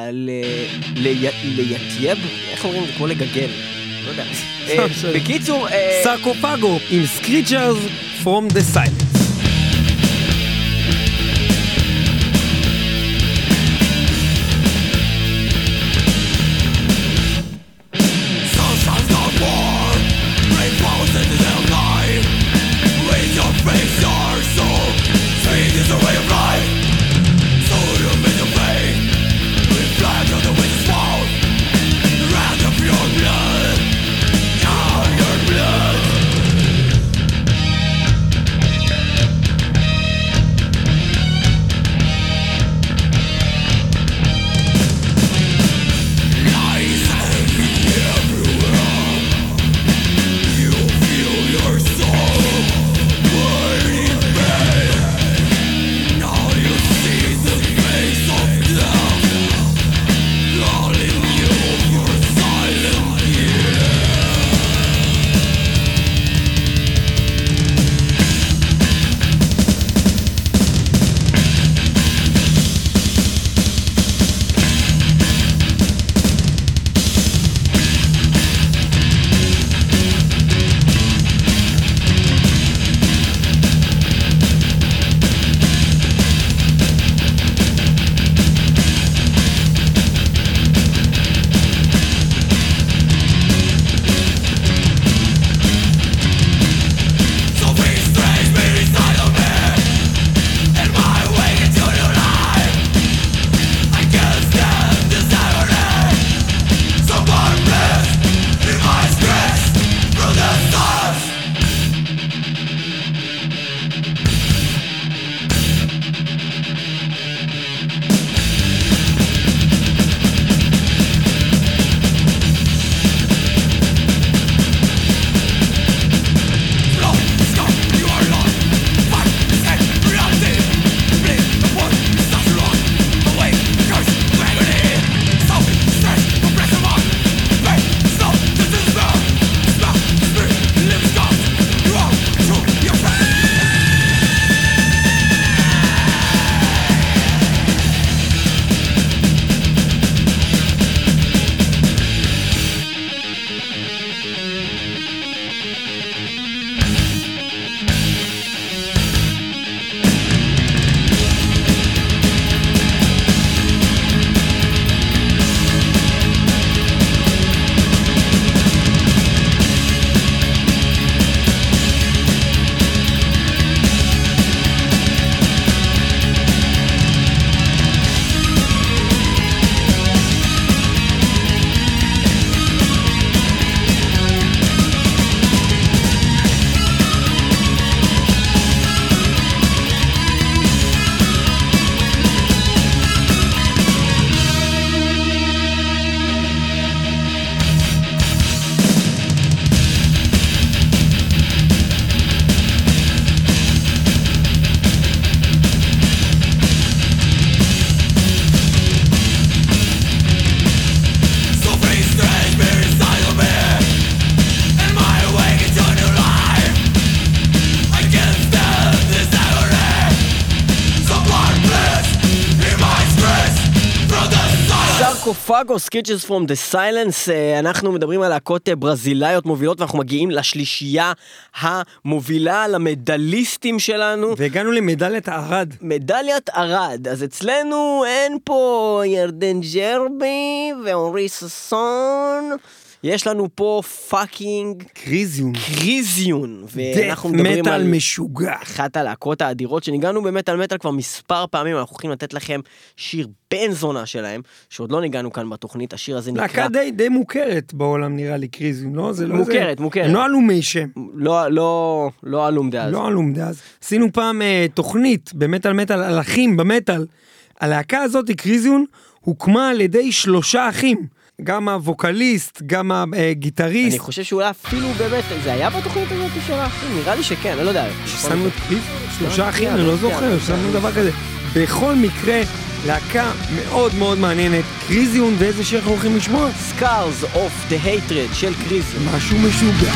ליתייב, איך אומרים? זה כמו לגגל. לא יודע. אה, בקיצור... אה... סרקופגו עם Screechers from the Silence. סרקופגו, סקיצ'ס פרום דה סיילנס, אנחנו מדברים על להקות ברזילאיות מובילות, ואנחנו מגיעים לשלישייה המובילה, למדליסטים שלנו. והגענו למדליית ערד. מדליית ערד, אז אצלנו אין פה ירדן ג'רבי ואורי ששון, יש לנו פה פאקינג קריזיון. קריזיון. ואנחנו מדברים מטל על משוגע. אחת הלהקות האדירות שניגענו במטל מטל כבר מספר פעמים, אנחנו הולכים לתת לכם שיר בן זונה שלהם, שעוד לא ניגענו כאן בתוכנית, השיר הזה נקרא... להקה די, די מוכרת בעולם נראה לי קריזיון, לא? זה לא מוכרת, זה... מוכרת. לא עלומי שם. לא, לא, לא עלום דאז. לא עלום דאז. עשינו פעם אה, תוכנית במטל מטל על אחים במטל. הלהקה הזאת, קריזיון, הוקמה על ידי שלושה אחים. גם הווקליסט, גם הגיטריסט. אני חושב שאולי אפילו באמת, זה היה בתוכנית הזאת של האחים? נראה לי שכן, אני לא יודע. ששמנו את קריזיון? שלושה אחים, אני לא זוכר, ששמנו דבר כזה. בכל מקרה, להקה מאוד מאוד מעניינת. קריזיון, ואיזה שיר אנחנו הולכים לשמוע? Scars of the Hatred של קריזיון. משהו משוגע.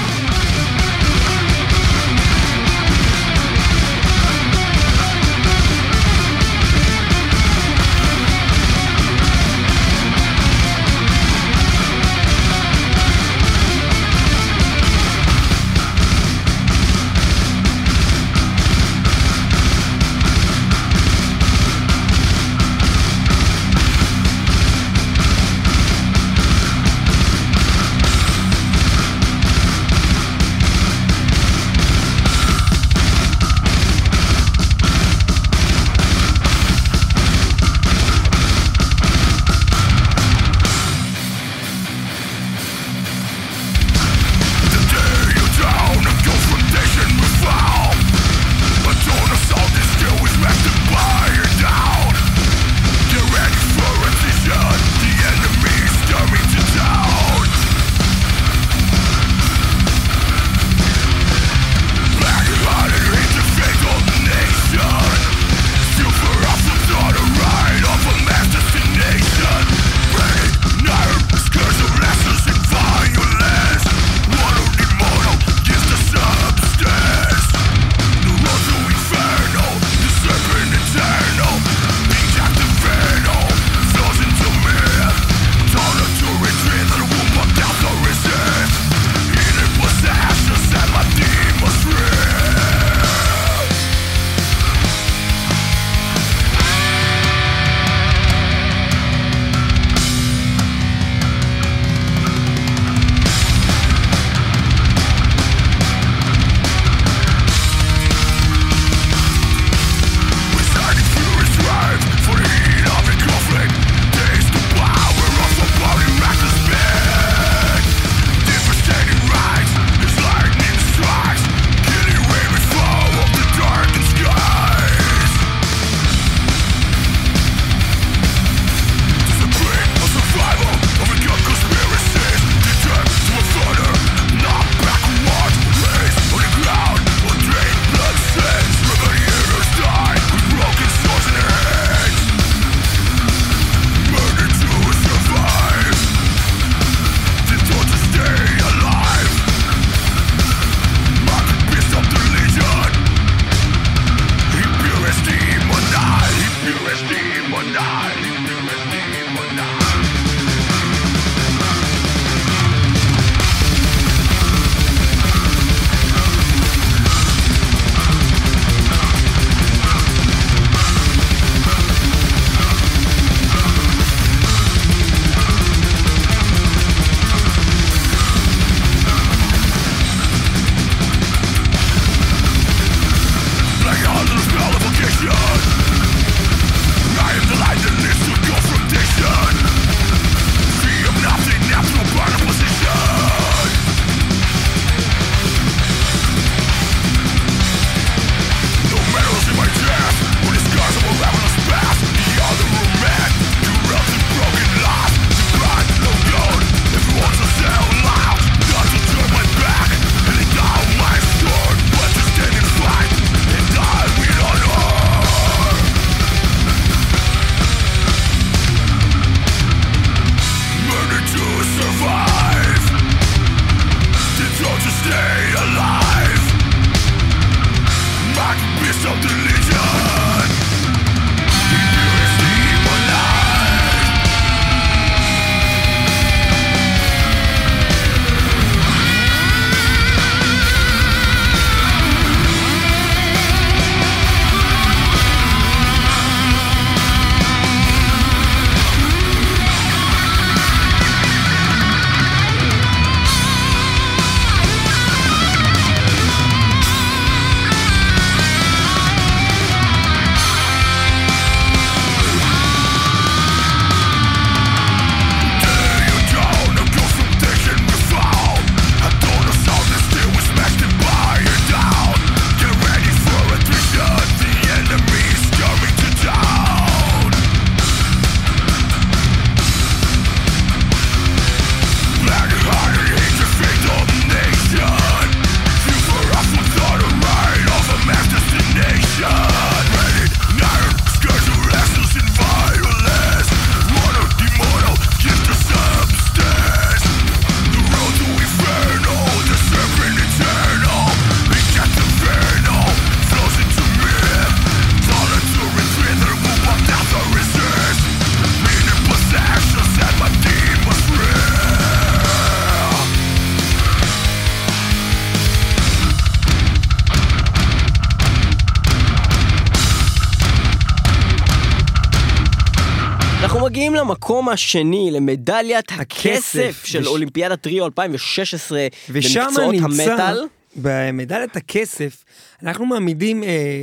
אנחנו מגיעים למקום השני, למדליית הכסף של וש- אולימפיאדת ריו אלפיים ושש עשרה ושם במקצועות נמצא, המטל. במדליית הכסף, אנחנו מעמידים אה,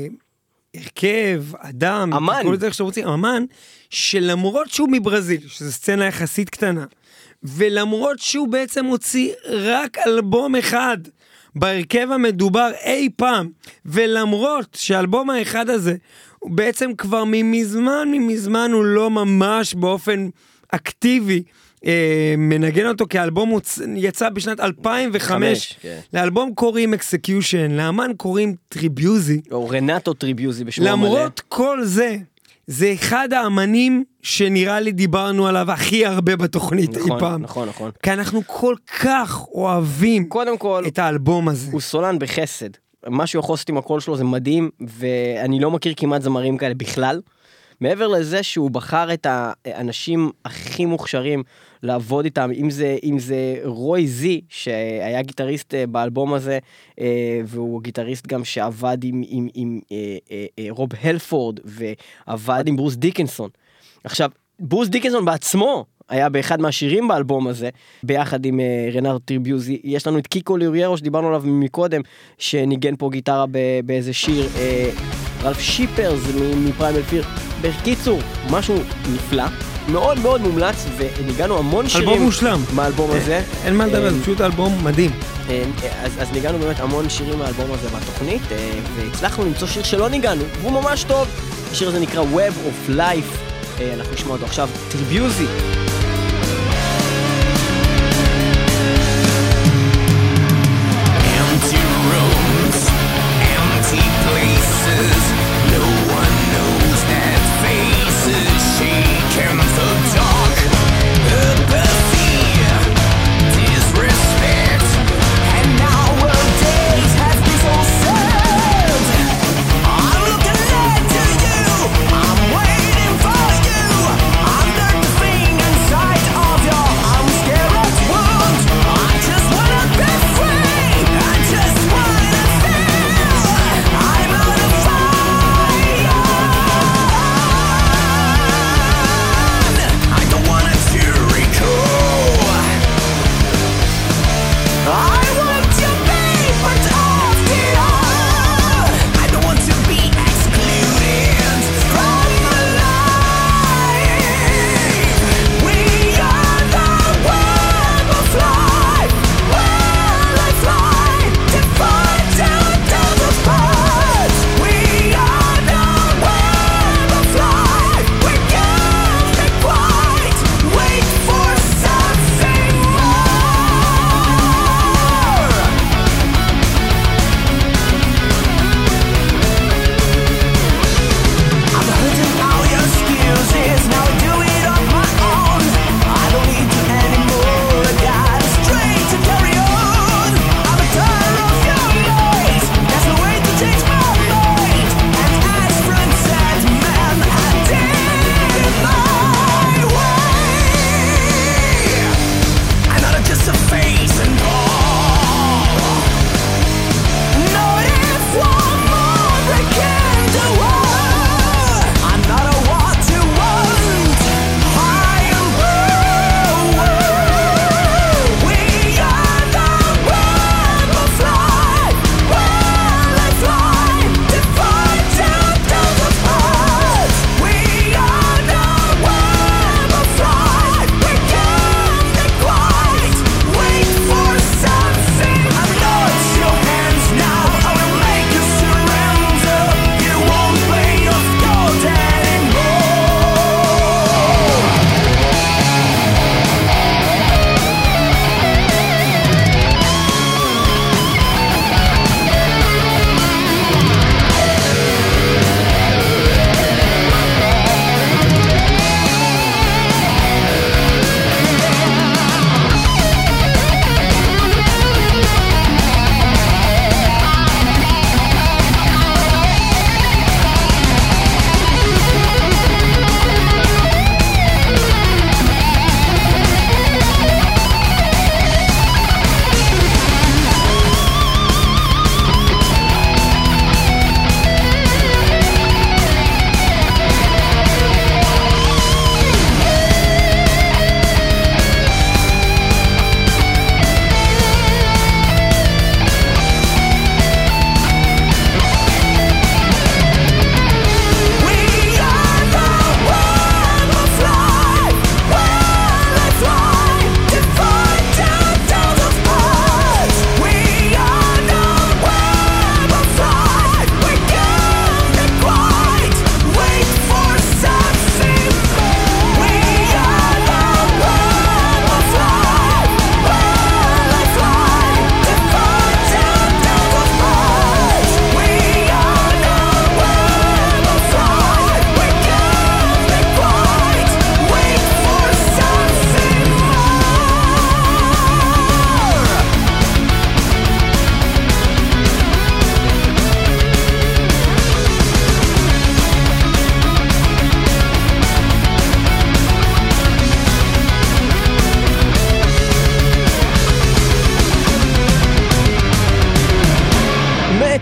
הרכב, אדם, אמן. כל זה איך שאתם רוצים, אמן, שלמרות שהוא מברזיל, שזו סצנה יחסית קטנה, ולמרות שהוא בעצם הוציא רק אלבום אחד, בהרכב המדובר אי פעם, ולמרות שהאלבום האחד הזה, הוא בעצם כבר ממזמן, ממזמן הוא לא ממש באופן אקטיבי, אה, מנגן אותו כאלבום, הוא יצא בשנת אלפיים וחמש, כן. לאלבום קוראים אקסקיושן, לאמן קוראים טריביוזי, או רנטו טריביוזי בשמו המלא. למרות כל זה, זה אחד האמנים שנראה לי דיברנו עליו הכי הרבה בתוכנית נכון, אי פעם. נכון, נכון. כי אנחנו כל כך אוהבים קודם כל, את האלבום הזה. הוא סולן בחסד. מה שהוא יכול לעשות עם הקול שלו זה מדהים, ואני לא מכיר כמעט זמרים כאלה בכלל. מעבר לזה שהוא בחר את האנשים הכי מוכשרים לעבוד איתם, אם זה, אם זה רוי זי, שהיה גיטריסט באלבום הזה, והוא גיטריסט גם שעבד עם, עם, עם רוב הלפורד, ועבד עם ברוס דיקנסון. עכשיו, ברוס דיקנסון בעצמו היה באחד מהשירים באלבום הזה, ביחד עם רנטו טריביוזי. יש לנו את קיקו ליוריירו, שדיברנו עליו מקודם, שניגן פה גיטרה באיזה שיר, רלף שיפרס מפריימל פיר. בקיצור, משהו נפלא, מאוד מאוד מומלץ, וניגענו המון שירים. אלבום מושלם. מהאלבום הזה. אין מה לדבר, זה פשוט אלבום מדהים. אז, אז ניגענו באמת המון שירים מהאלבום הזה בתוכנית, והצלחנו למצוא שיר שלא ניגענו, והוא ממש טוב. השיר הזה נקרא Web of Life. אנחנו נשמע אותו עכשיו, טריביוזי. I'm waiting for you. I'm learning to think and so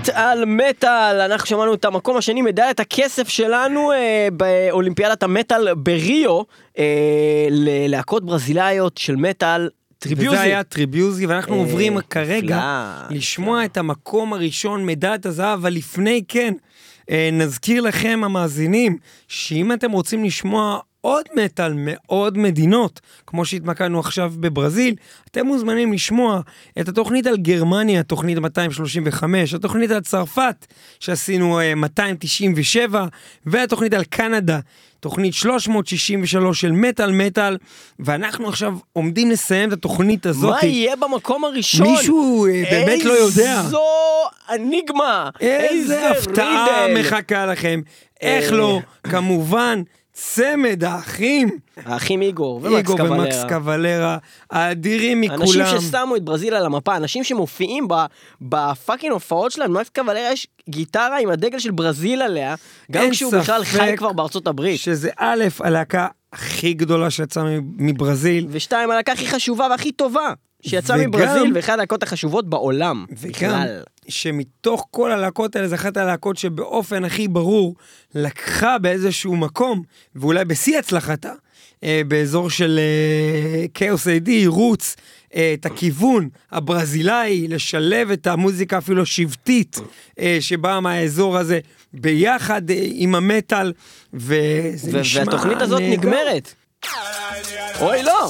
מטל מטל, אנחנו שמענו את המקום השני, מדליית הכסף שלנו אה, באולימפיאדת המטל בריו, אה, ללהקות ברזילאיות של מטל, טריביוזי. וזה היה טריביוזי, ואנחנו אה, עוברים כרגע פלא, לשמוע פלא. את המקום הראשון, מדליית הזהב, אבל לפני כן, אה, נזכיר לכם המאזינים, שאם אתם רוצים לשמוע עוד מטל מעוד מדינות, כמו שהתמקדנו עכשיו בברזיל, אתם מוזמנים לשמוע את התוכנית על גרמניה, התוכנית מאתיים שלושים וחמש, התוכנית על צרפת, שעשינו מאתיים תשעים ושבע, והתוכנית על קנדה, תוכנית שלוש מאות שישים ושלוש של מטל מטל, ואנחנו עכשיו עומדים לסיים את התוכנית הזאת. מה יהיה במקום הראשון? מישהו באמת לא יודע. איזו אניגמה, איזה הפתעה מחכה לכם. איך לא? כמובן, צמד האחים. האחים איגור ומקס איגור קבלרה. ומקס קבלרה, האדירים מכולם. אנשים ששמו את ברזיל על המפה, אנשים שמופיעים בפאקינג הופעות שלהם, מקס קבלרה יש גיטרה עם הדגל של ברזיל עליה, גם כשהוא בכלל חי כבר בארצות הברית. שזה א', הלהקה הכי גדולה שיצאה מברזיל. ושתיים, הלהקה הכי חשובה והכי טובה שיצאה מברזיל, ואחת הלהקות החשובות בעולם. וגם שמתוך כל הלהקות האלה, זה אחת הלהקות שבאופן הכי ברור, לקחה באיזשהו מקום, ואולי בשיא הצלחתה, אה, באזור של כאוס איי די, רוץ, אה, את הכיוון הברזילאי, לשלב את המוזיקה אפילו השבטית, אה, שבאה מהאזור הזה, ביחד אה, עם המטל, וזה נשמע... והתוכנית הזאת נגמרת. אוי לא!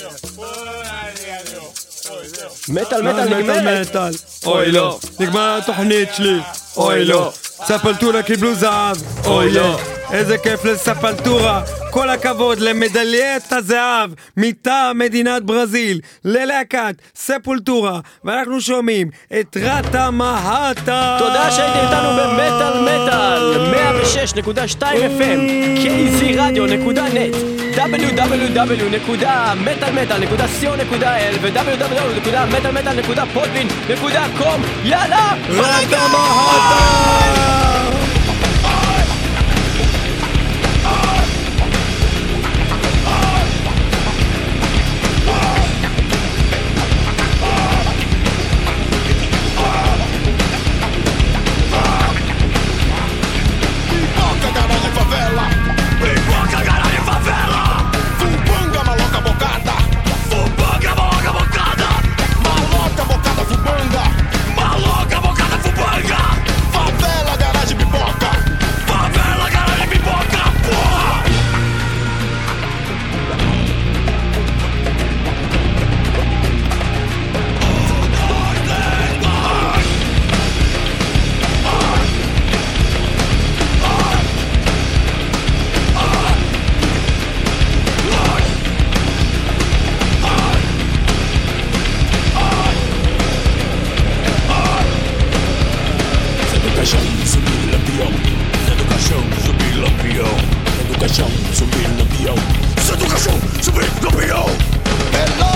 מטל מטל נגמרת. מטל, אוי לא, נגמר התוכנית שלי, אוי לא, ספלטורה קיבלו זהב, אוי לא, איזה כיף לספלטורה, כל הכבוד למדליית הזהב מטעם מדינת ברזיל, ללהקת ספולטורה, ואנחנו שומעים את רטה מהטה. תודה שהייתם איתנו במטל מטל, מאה ושש נקודה שתיים אף אם, קיי זי רדיו נקודה נט, דאבליו דאבליו דאבליו נקודה מטל מטל נקודה סי או נקודה אל ו-דאבליו דאבליו דאבליו נקודה מטל מטל נקודה פודבין נקודה קום. יאללה, רטה מהטה. Educação, subir no avião. Educação, subir no avião.